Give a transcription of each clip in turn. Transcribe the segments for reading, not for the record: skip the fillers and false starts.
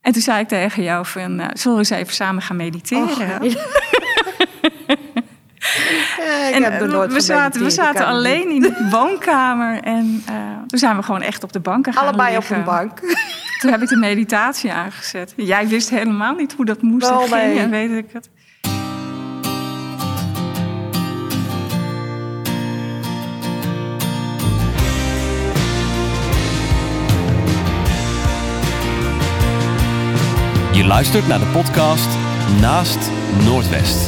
En toen zei ik tegen jou van, zullen we eens even samen gaan mediteren? We zaten alleen in de woonkamer. En toen zijn we gewoon echt op de banken gaan allebei liggen. Op een bank. Toen heb ik de meditatie aangezet. Jij wist helemaal niet hoe dat moest en ging. En weet ik het. Je luistert naar de podcast Naast Noordwest.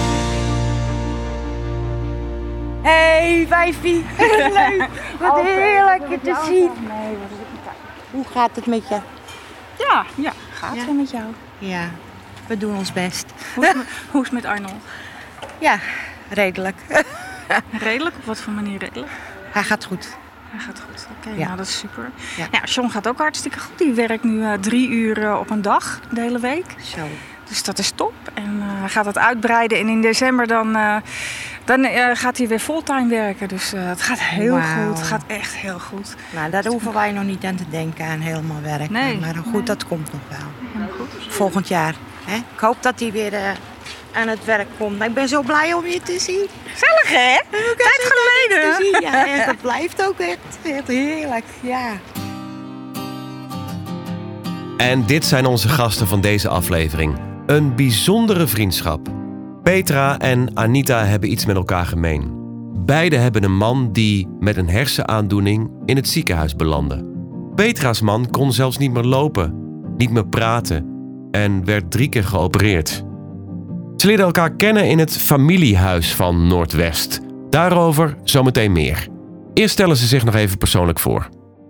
Hey, wijfie. Leuk. Wat heerlijk je te zien. Hoe gaat het met je? Ja, gaat het met jou? Ja, we doen ons best. Hoe is het met Arnold? Ja, redelijk. Redelijk? Op wat voor manier redelijk? Hij gaat goed. Hij gaat goed. Oké, Ja. nou dat is super. Ja. Ja, John gaat ook hartstikke goed. Die werkt nu 3 uur op een dag, de hele week. Zo. Dus dat is top. En hij gaat het uitbreiden. En in december dan gaat hij weer fulltime werken. Dus het gaat heel Wauw. goed. Het gaat echt heel goed. Nou, daar hoeven wij nog niet aan te denken, aan helemaal werken. Nee, Maar goed, nee. dat komt nog wel. Helemaal goed. Volgend jaar. Hè? Ik hoop dat hij weer aan het werk komt. Maar ik ben zo blij om je te zien. Gezellig hè? Tijd geleden. Te zien. Ja, en dat blijft ook echt heerlijk. Ja. En dit zijn onze gasten van deze aflevering. Een bijzondere vriendschap. Petra en Anita hebben iets met elkaar gemeen. Beiden hebben een man die met een hersenaandoening in het ziekenhuis belandde. Petra's man kon zelfs niet meer lopen, niet meer praten en werd 3 keer geopereerd. Ze leerden elkaar kennen in het familiehuis van Noordwest. Daarover zometeen meer. Eerst stellen ze zich nog even persoonlijk voor.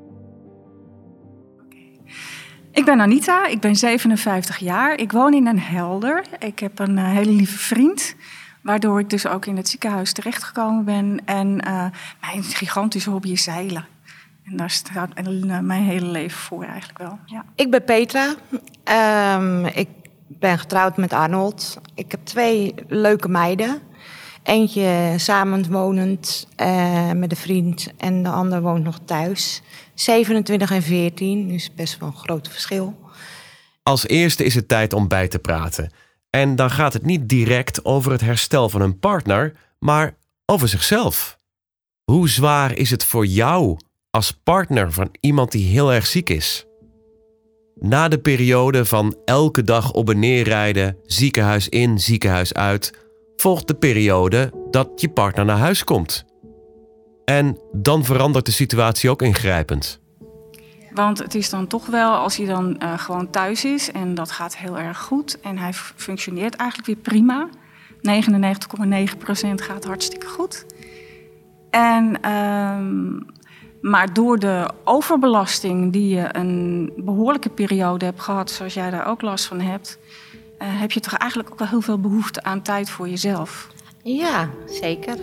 Ik ben Anita, ik ben 57 jaar. Ik woon in Den Helder. Ik heb een hele lieve vriend, waardoor ik dus ook in het ziekenhuis terechtgekomen ben. En mijn gigantische hobby is zeilen. En daar staat mijn hele leven voor eigenlijk wel. Ja. Ik ben Petra. Ik ben getrouwd met Arnold. Ik heb 2 leuke meiden. Eentje samenwonend met een vriend en de ander woont nog thuis. 27 en 14, dus best wel een groot verschil. Als eerste is het tijd om bij te praten. En dan gaat het niet direct over het herstel van een partner, maar over zichzelf. Hoe zwaar is het voor jou als partner van iemand die heel erg ziek is? Na de periode van elke dag op en neer rijden, ziekenhuis in, ziekenhuis uit, volgt de periode dat je partner naar huis komt. En dan verandert de situatie ook ingrijpend. Want het is dan toch wel, als hij dan gewoon thuis is en dat gaat heel erg goed. En hij functioneert eigenlijk weer prima. 99,9% gaat hartstikke goed. En, maar door de overbelasting die je een behoorlijke periode hebt gehad, zoals jij daar ook last van hebt, heb je toch eigenlijk ook wel heel veel behoefte aan tijd voor jezelf. Ja, zeker.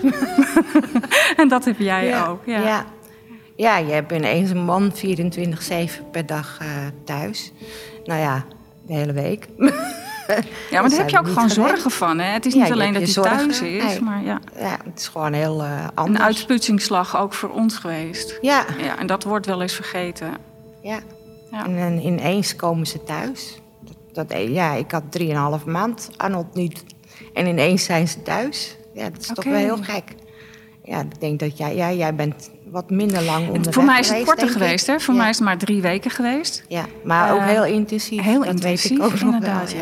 En dat heb jij ook. Ja. Ja, je hebt ineens een man 24/7 per dag thuis. Nou ja, de hele week. Ja, maar daar heb je ook gewoon zorgen van. Hè? Het is niet alleen dat hij thuis is, nee. maar ja. Ja, het is gewoon heel anders. Een uitputsingsslag ook voor ons geweest. Ja. Ja, en dat wordt wel eens vergeten. Ja. Ja. En ineens komen ze thuis. Ik had 3,5 maand, Arnold niet. En ineens zijn ze thuis. Ja, dat is toch wel heel gek. Ja, ik denk dat jij bent wat minder lang onderweg. Voor mij is het korter denk ik. geweest, hè? Voor mij is het maar 3 weken geweest. Ja, maar ook heel intensief. Heel dat intensief, weet ik ook inderdaad. nog wel.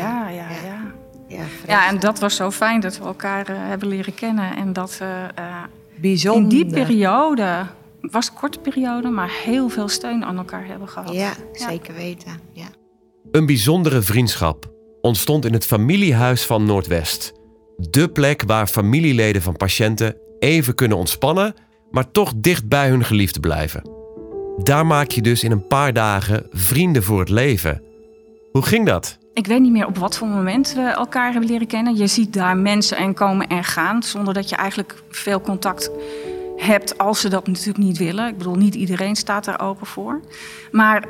Ja, en dat was zo fijn dat we elkaar hebben leren kennen. En dat bijzonder. In die periode, was een korte periode, maar heel veel steun aan elkaar hebben gehad. Ja, zeker weten. Ja. Een bijzondere vriendschap ontstond in het familiehuis van Noordwest. De plek waar familieleden van patiënten even kunnen ontspannen, maar toch dicht bij hun geliefde blijven. Daar maak je dus in een paar dagen vrienden voor het leven. Hoe ging dat? Ik weet niet meer op wat voor moment we elkaar hebben leren kennen. Je ziet daar mensen en komen en gaan, zonder dat je eigenlijk veel contact hebt als ze dat natuurlijk niet willen. Ik bedoel, niet iedereen staat daar open voor. Maar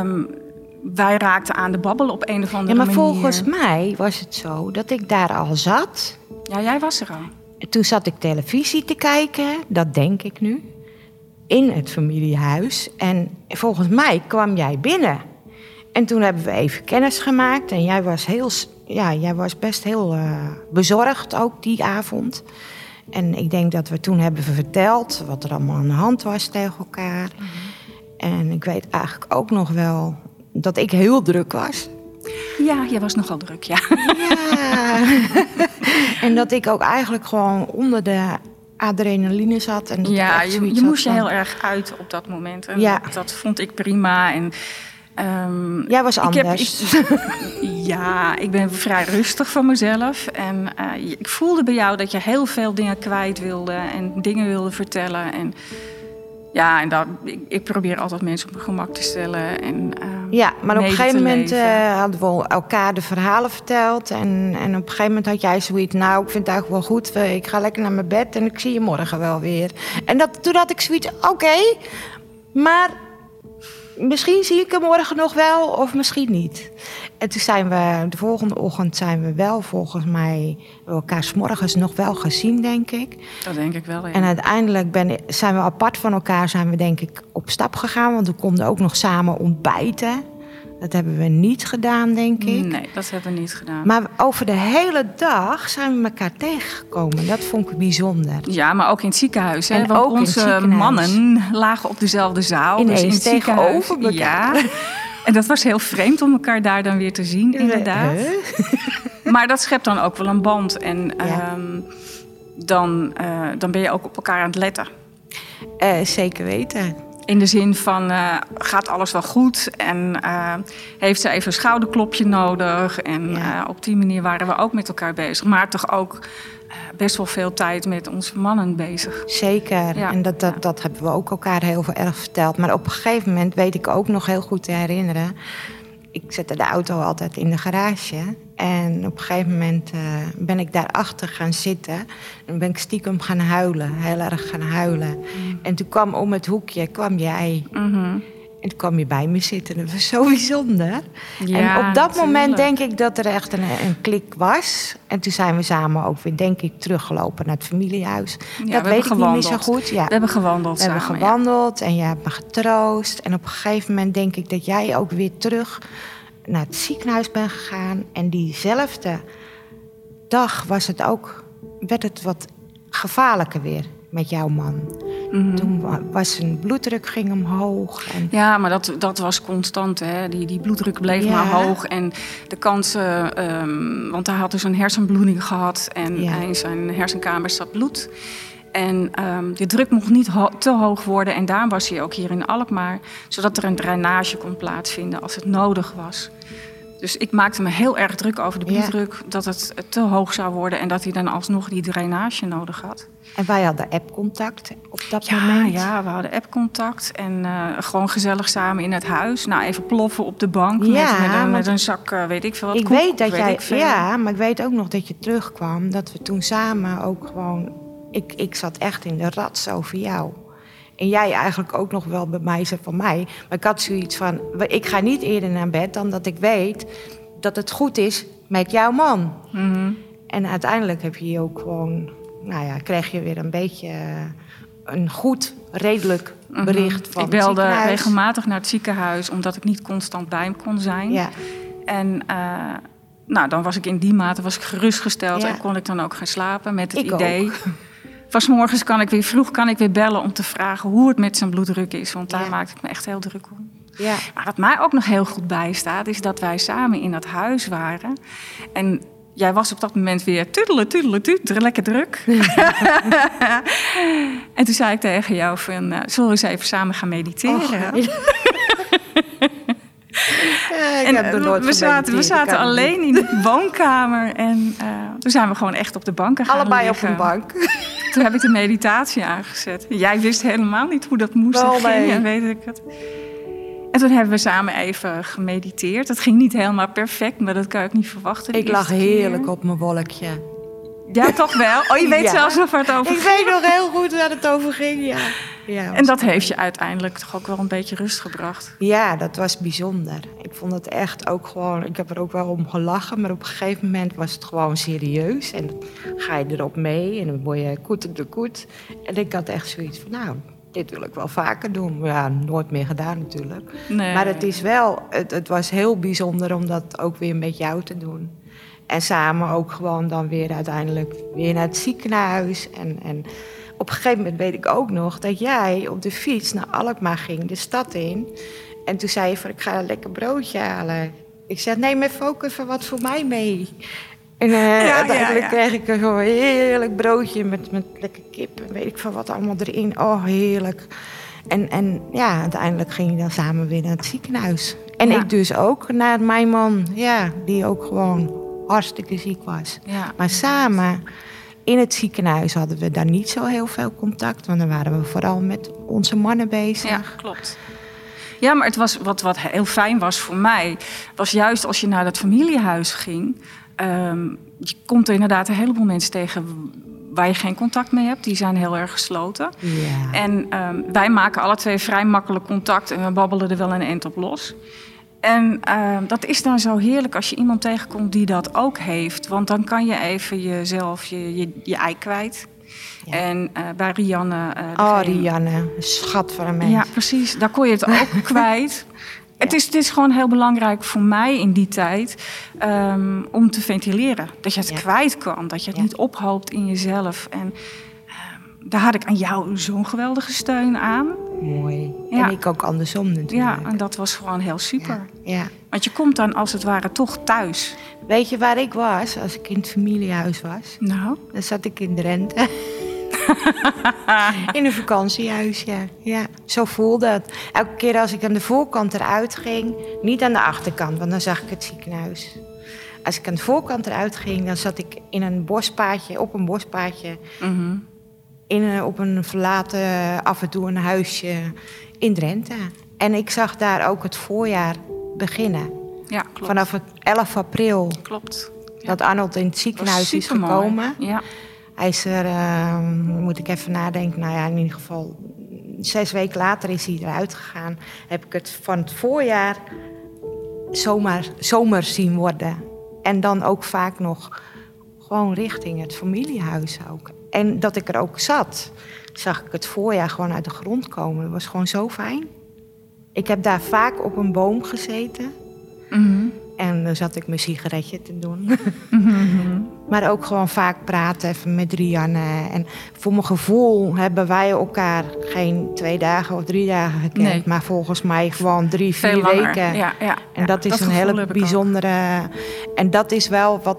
wij raakten aan de babbel op een of andere manier. Ja, maar volgens mij was het zo dat ik daar al zat. Ja, jij was er al. Toen zat ik televisie te kijken, dat denk ik nu, in het familiehuis. En volgens mij kwam jij binnen. En toen hebben we even kennis gemaakt. En jij was best heel bezorgd ook die avond. En ik denk dat we toen hebben verteld wat er allemaal aan de hand was tegen elkaar. En ik weet eigenlijk ook nog wel dat ik heel druk was. Ja, jij was nogal druk, ja. Ja. En dat ik ook eigenlijk gewoon onder de adrenaline zat. En dat Ja, ik je moest je heel erg uit op dat moment. En dat vond ik prima. En, jij was anders. Ik ben vrij rustig van mezelf. En ik voelde bij jou dat je heel veel dingen kwijt wilde. En dingen wilde vertellen. En ik probeer altijd mensen op hun gemak te stellen. En, maar op een gegeven moment hadden we elkaar de verhalen verteld. En op een gegeven moment had jij zoiets. Nou, ik vind het eigenlijk wel goed. Ik ga lekker naar mijn bed en ik zie je morgen wel weer. En toen had ik zoiets. Oké, maar misschien zie ik hem morgen nog wel of misschien niet. En toen zijn we de volgende ochtend wel volgens mij elkaar 's morgens nog wel gezien, denk ik. Dat denk ik wel, ja. En uiteindelijk zijn we apart van elkaar denk ik op stap gegaan. Want we konden ook nog samen ontbijten. Dat hebben we niet gedaan, denk ik. Nee, dat hebben we niet gedaan. Maar over de hele dag zijn we elkaar tegengekomen. Dat vond ik bijzonder. Ja, maar ook in het ziekenhuis. Hè? En Want ook in het onze ziekenhuis. mannen lagen op dezelfde zaal. Ineens dus in het tegenover elkaar. Ja. En dat was heel vreemd om elkaar daar dan weer te zien, inderdaad. Maar dat schept dan ook wel een band. En dan ben je ook op elkaar aan het letten. Zeker weten. In de zin van, gaat alles wel goed? En heeft ze even een schouderklopje nodig? En op die manier waren we ook met elkaar bezig. Maar toch ook best wel veel tijd met onze mannen bezig. Zeker. Ja. En dat hebben we ook elkaar heel erg verteld. Maar op een gegeven moment weet ik ook nog heel goed te herinneren. Ik zette de auto altijd in de garage. En op een gegeven moment ben ik daarachter gaan zitten. En ben ik stiekem gaan huilen. Heel erg gaan huilen. En toen kwam om het hoekje, kwam jij. En toen kwam je bij me zitten. Dat was zo bijzonder. Ja, en op dat moment denk ik dat er echt een klik was. En toen zijn we samen ook weer, denk ik, teruggelopen naar het familiehuis. Ja, dat weet ik niet meer zo goed. Ja. We hebben gewandeld samen. We hebben gewandeld en jij hebt me getroost. En op een gegeven moment denk ik dat jij ook weer terug naar het ziekenhuis bent gegaan. En diezelfde dag werd het wat gevaarlijker weer met jouw man. Toen was zijn bloeddruk ging omhoog. En ja, maar dat was constant. Hè? Die bloeddruk bleef maar hoog. En de kansen, want hij had dus een hersenbloeding gehad. En in zijn hersenkamer zat bloed. En de druk mocht niet te hoog worden. En daarom was hij ook hier in Alkmaar. Zodat er een drainage kon plaatsvinden als het nodig was. Dus ik maakte me heel erg druk over de bloeddruk. Dat het te hoog zou worden. En dat hij dan alsnog die drainage nodig had. En wij hadden appcontact op dat moment. Ja, we hadden appcontact. En gewoon gezellig samen in het huis. Nou, even ploffen op de bank met een zak, weet ik veel wat. Ik weet dat maar ik weet ook nog dat je terugkwam. Dat we toen samen ook gewoon. Ik zat echt in de rats over jou. En jij eigenlijk ook nog wel bij mij zei van mij. Maar ik had zoiets van, ik ga niet eerder naar bed dan dat ik weet dat het goed is met jouw man. En uiteindelijk heb je ook gewoon, kreeg je weer een beetje een goed, redelijk bericht van ik belde regelmatig naar het ziekenhuis, omdat ik niet constant bij hem kon zijn. Ja. En dan was ik in die mate gerustgesteld en kon ik dan ook gaan slapen met het idee. Ook. Van 's morgens vroeg kan ik weer bellen om te vragen hoe het met zijn bloeddruk is. Want daar maakte ik me echt heel druk om. Ja. Maar wat mij ook nog heel goed bijstaat, is dat wij samen in dat huis waren. En jij was op dat moment weer lekker druk. En toen zei ik tegen jou van, zullen we eens even samen gaan mediteren? We zaten alleen in de woonkamer en toen zijn we gewoon echt op de banken gaan allebei liggen. Op een bank. Toen heb ik de meditatie aangezet. Jij wist helemaal niet hoe dat moest en ging en weet ik het. En toen hebben we samen even gemediteerd. Het ging niet helemaal perfect, maar dat kan ik niet verwachten. Ik lag heerlijk op mijn wolkje. Ja, toch wel? Oh, je weet zelfs nog waar het over ging. Ik weet nog heel goed waar het over ging, ja. En dat heeft je uiteindelijk toch ook wel een beetje rust gebracht? Ja, dat was bijzonder. Ik vond het echt ook gewoon. Ik heb er ook wel om gelachen, maar op een gegeven moment was het gewoon serieus. En dan ga je erop mee en dan word je koet op de koet. En ik had echt zoiets van, dit wil ik wel vaker doen. Ja, nooit meer gedaan natuurlijk. Nee. Maar het is wel, het was heel bijzonder om dat ook weer met jou te doen. En samen ook gewoon dan weer uiteindelijk weer naar het ziekenhuis. En op een gegeven moment weet ik ook nog dat jij op de fiets naar Alkmaar ging, de stad in. En toen zei je van, ik ga een lekker broodje halen. Ik zei, neem even wat voor mij mee. En uiteindelijk kreeg ik een gewoon heerlijk broodje met lekker kip en weet ik van wat allemaal erin. Oh, heerlijk. En ja, uiteindelijk ging je dan samen weer naar het ziekenhuis. En ik dus ook naar mijn man, die ook gewoon hartstikke ziek was. Ja. Maar samen in het ziekenhuis hadden we daar niet zo heel veel contact. Want dan waren we vooral met onze mannen bezig. Ja, klopt. Ja, maar het was, wat heel fijn was voor mij, was juist als je naar dat familiehuis ging. Je komt er inderdaad een heleboel mensen tegen waar je geen contact mee hebt. Die zijn heel erg gesloten. Ja. En wij maken alle twee vrij makkelijk contact en we babbelen er wel een eind op los. En dat is dan zo heerlijk als je iemand tegenkomt die dat ook heeft. Want dan kan je even jezelf, je ei kwijt. Ja. En bij Rianne... Rianne, een schat van een mens. Ja, precies. Daar kon je het ook kwijt. Ja. Het is gewoon heel belangrijk voor mij in die tijd om te ventileren. Dat je het kwijt kan, dat je het niet ophoopt in jezelf. En daar had ik aan jou zo'n geweldige steun aan. Mooi. Ja. En ik ook andersom natuurlijk. Ja, en dat was gewoon heel super. Ja. Want je komt dan als het ware toch thuis. Weet je waar ik was als ik in het familiehuis was? Nou? Dan zat ik in Drenthe. In een vakantiehuis, ja. Zo voelde het. Elke keer als ik aan de voorkant eruit ging, niet aan de achterkant, want dan zag ik het ziekenhuis. Als ik aan de voorkant eruit ging, dan zat ik in een bospaadje, op een bospaadje. Mm-hmm. Op een verlaten, af en toe een huisje in Drenthe. En ik zag daar ook het voorjaar beginnen. Ja, klopt. Vanaf 11 april. Klopt. Ja. Dat Arnold in het ziekenhuis is gekomen. Ja. Hij is er, moet ik even nadenken, nou ja, in ieder geval 6 weken later is hij eruit gegaan. Heb ik het van het voorjaar zomer zien worden. En dan ook vaak nog gewoon richting het familiehuis ook. En dat ik er ook zat, zag ik het voorjaar gewoon uit de grond komen. Dat was gewoon zo fijn. Ik heb daar vaak op een boom gezeten. Mm-hmm. En dan zat ik mijn sigaretje te doen. Mm-hmm. Maar ook gewoon vaak praten even met Rianne. En voor mijn gevoel hebben wij elkaar geen 2 dagen of 3 dagen gekend. Nee. Maar volgens mij gewoon 3-4 weken. Ja. En dat is een hele bijzondere... En dat is wel wat,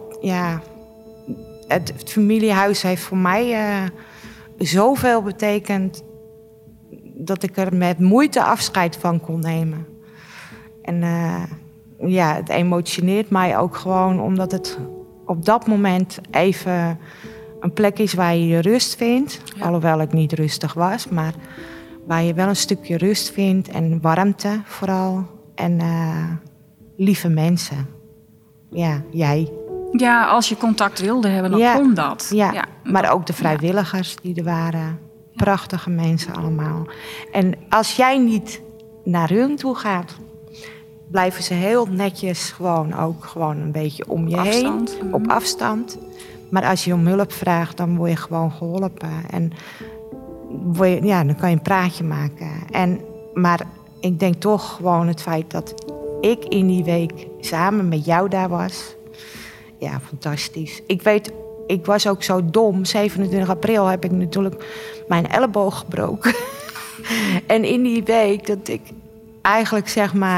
Het familiehuis heeft voor mij zoveel betekend... dat ik er met moeite afscheid van kon nemen. En het emotioneert mij ook gewoon omdat het op dat moment even een plek is waar je rust vindt. Ja. Alhoewel ik niet rustig was, maar waar je wel een stukje rust vindt en warmte vooral. En lieve mensen. Ja, jij. Ja, als je contact wilde hebben, dan kon dat. Ja, maar ook de vrijwilligers die er waren. Prachtige mensen allemaal. En als jij niet naar hun toe gaat, blijven ze heel netjes gewoon een beetje om je heen. Op afstand. Maar als je om hulp vraagt, dan word je gewoon geholpen. En dan kan je een praatje maken. Maar ik denk toch gewoon het feit dat ik in die week samen met jou daar was. Ja, fantastisch. Ik was ook zo dom. 27 april heb ik natuurlijk mijn elleboog gebroken. En in die week dat ik eigenlijk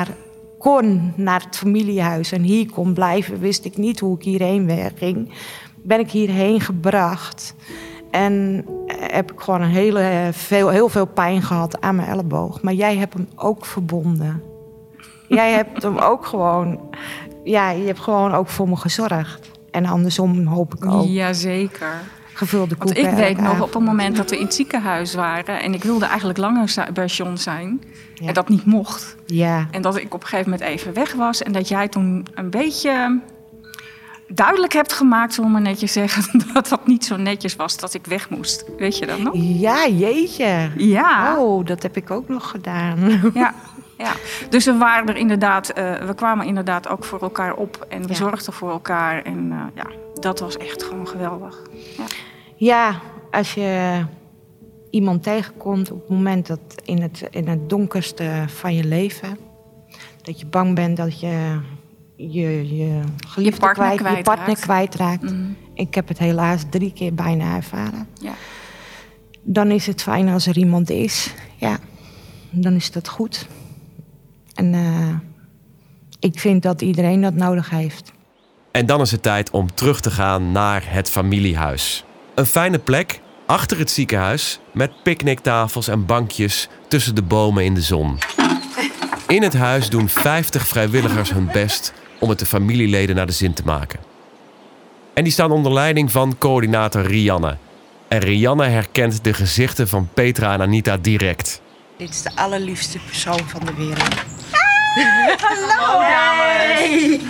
kon naar het familiehuis en hier kon blijven, wist ik niet hoe ik hierheen ging. Ben ik hierheen gebracht. En heb ik gewoon heel veel pijn gehad aan mijn elleboog. Maar jij hebt hem ook verbonden. Jij hebt hem ook gewoon... Ja, je hebt gewoon ook voor me gezorgd. En andersom hoop ik ook. Jazeker. Gevulde koeken. Want ik weet nog op het moment dat we in het ziekenhuis waren... en ik wilde eigenlijk langer bij John zijn... en dat niet mocht. Ja. En dat ik op een gegeven moment even weg was... en dat jij toen een beetje duidelijk hebt gemaakt... zullen we maar netjes zeggen... dat dat niet zo netjes was dat ik weg moest. Weet je dat nog? Ja, jeetje. Ja. Oh, dat heb ik ook nog gedaan. Ja. Ja, dus we waren er inderdaad, we kwamen inderdaad ook voor elkaar op en we zorgden voor elkaar. En dat was echt gewoon geweldig. Ja, als je iemand tegenkomt op het moment dat in het donkerste van je leven, dat je bang bent dat je geliefde je partner kwijtraakt. Mm. Ik heb het helaas 3 keer bijna ervaren. Ja. Dan is het fijn als er iemand is. Ja, dan is dat goed. En ik vind dat iedereen dat nodig heeft. En dan is het tijd om terug te gaan naar het familiehuis. Een fijne plek achter het ziekenhuis met picknicktafels en bankjes tussen de bomen in de zon. In het huis doen 50 vrijwilligers hun best om het de familieleden naar de zin te maken. En die staan onder leiding van coördinator Rianne. En Rianne herkent de gezichten van Petra en Anita direct. Dit is de allerliefste persoon van de wereld. Hallo! Hey.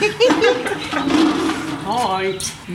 Hoi.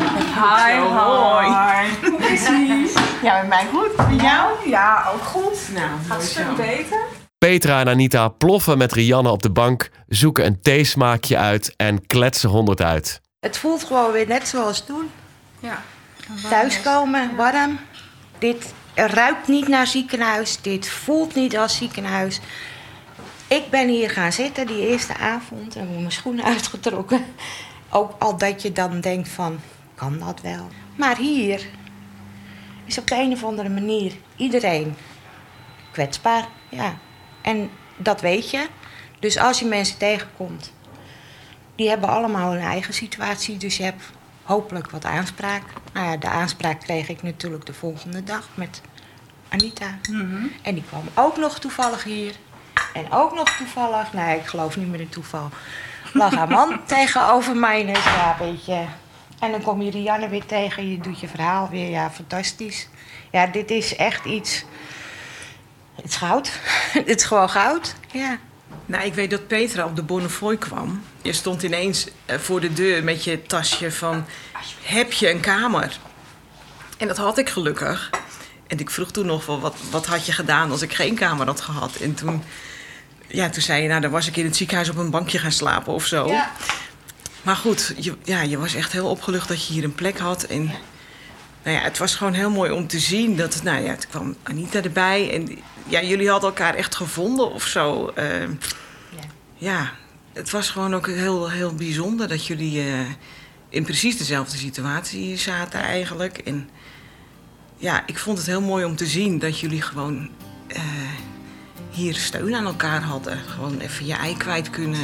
Hoi. Precies. Ja, met mij goed. Met jou? Ja, ook goed. Nou, gaat stuk beter. Petra en Anita ploffen met Rianne op de bank, zoeken een theesmaakje uit en kletsen 100 uit. Het voelt gewoon weer net zoals toen. Ja. Thuiskomen, warm. Dit ruikt niet naar ziekenhuis. Dit voelt niet als ziekenhuis. Ik ben hier gaan zitten die eerste avond en heb mijn schoenen uitgetrokken. Ook al dat je dan denkt van, kan dat wel? Maar hier is op de een of andere manier iedereen kwetsbaar. Ja. En dat weet je. Dus als je mensen tegenkomt, die hebben allemaal hun eigen situatie. Dus je hebt hopelijk wat aanspraak. Nou ja, de aanspraak kreeg ik natuurlijk de volgende dag met Anita. Mm-hmm. En die kwam ook nog toevallig hier. En ook nog toevallig, nee, ik geloof niet meer in toeval, lag haar man tegenover mij. Dus ja, een beetje. En dan kom je Rianne weer tegen, je doet je verhaal weer. Ja, fantastisch. Ja, dit is echt iets. Het is goud. Het is gewoon goud, ja. Nou, ik weet dat Petra op de Bonnefoy kwam. Je stond ineens voor de deur met je tasje van, heb je een kamer? En dat had ik gelukkig. En ik vroeg toen nog wel, wat had je gedaan als ik geen kamer had gehad? En toen zei je, nou, dan was ik in het ziekenhuis op een bankje gaan slapen of zo. Ja. Maar goed, je was echt heel opgelucht dat je hier een plek had. En nou ja, het was gewoon heel mooi om te zien dat, toen kwam Anita erbij. En ja, jullie hadden elkaar echt gevonden of zo. Ja, het was gewoon ook heel, heel bijzonder dat jullie in precies dezelfde situatie zaten eigenlijk. En ja, ik vond het heel mooi om te zien dat jullie gewoon hier steun aan elkaar hadden. Gewoon even je ei kwijt kunnen.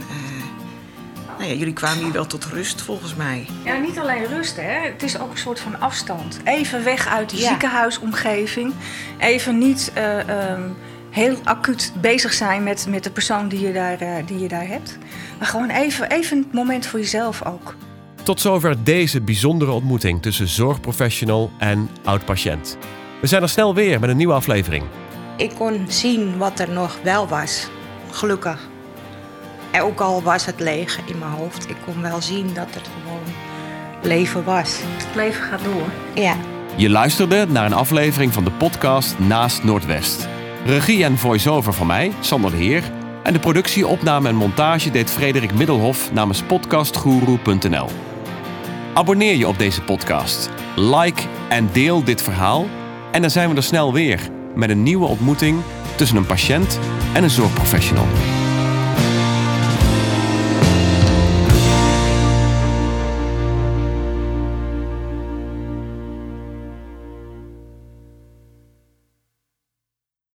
En jullie kwamen hier wel tot rust volgens mij. Ja, niet alleen rust, hè. Het is ook een soort van afstand. Even weg uit de ziekenhuisomgeving. Even niet heel acuut bezig zijn met de persoon die je daar hebt. Maar gewoon even een moment voor jezelf ook. Tot zover deze bijzondere ontmoeting tussen zorgprofessional en oud-patiënt. We zijn er snel weer met een nieuwe aflevering. Ik kon zien wat er nog wel was. Gelukkig. En ook al was het leeg in mijn hoofd. Ik kon wel zien dat er gewoon leven was. Het leven gaat door. Ja. Je luisterde naar een aflevering van de podcast Naast Noordwest. Regie en voice-over van mij, Sander de Heer. En de productie, opname en montage deed Frederik Middelhof namens podcastguru.nl. Abonneer je op deze podcast. Like en deel dit verhaal. En dan zijn we er snel weer met een nieuwe ontmoeting tussen een patiënt en een zorgprofessional.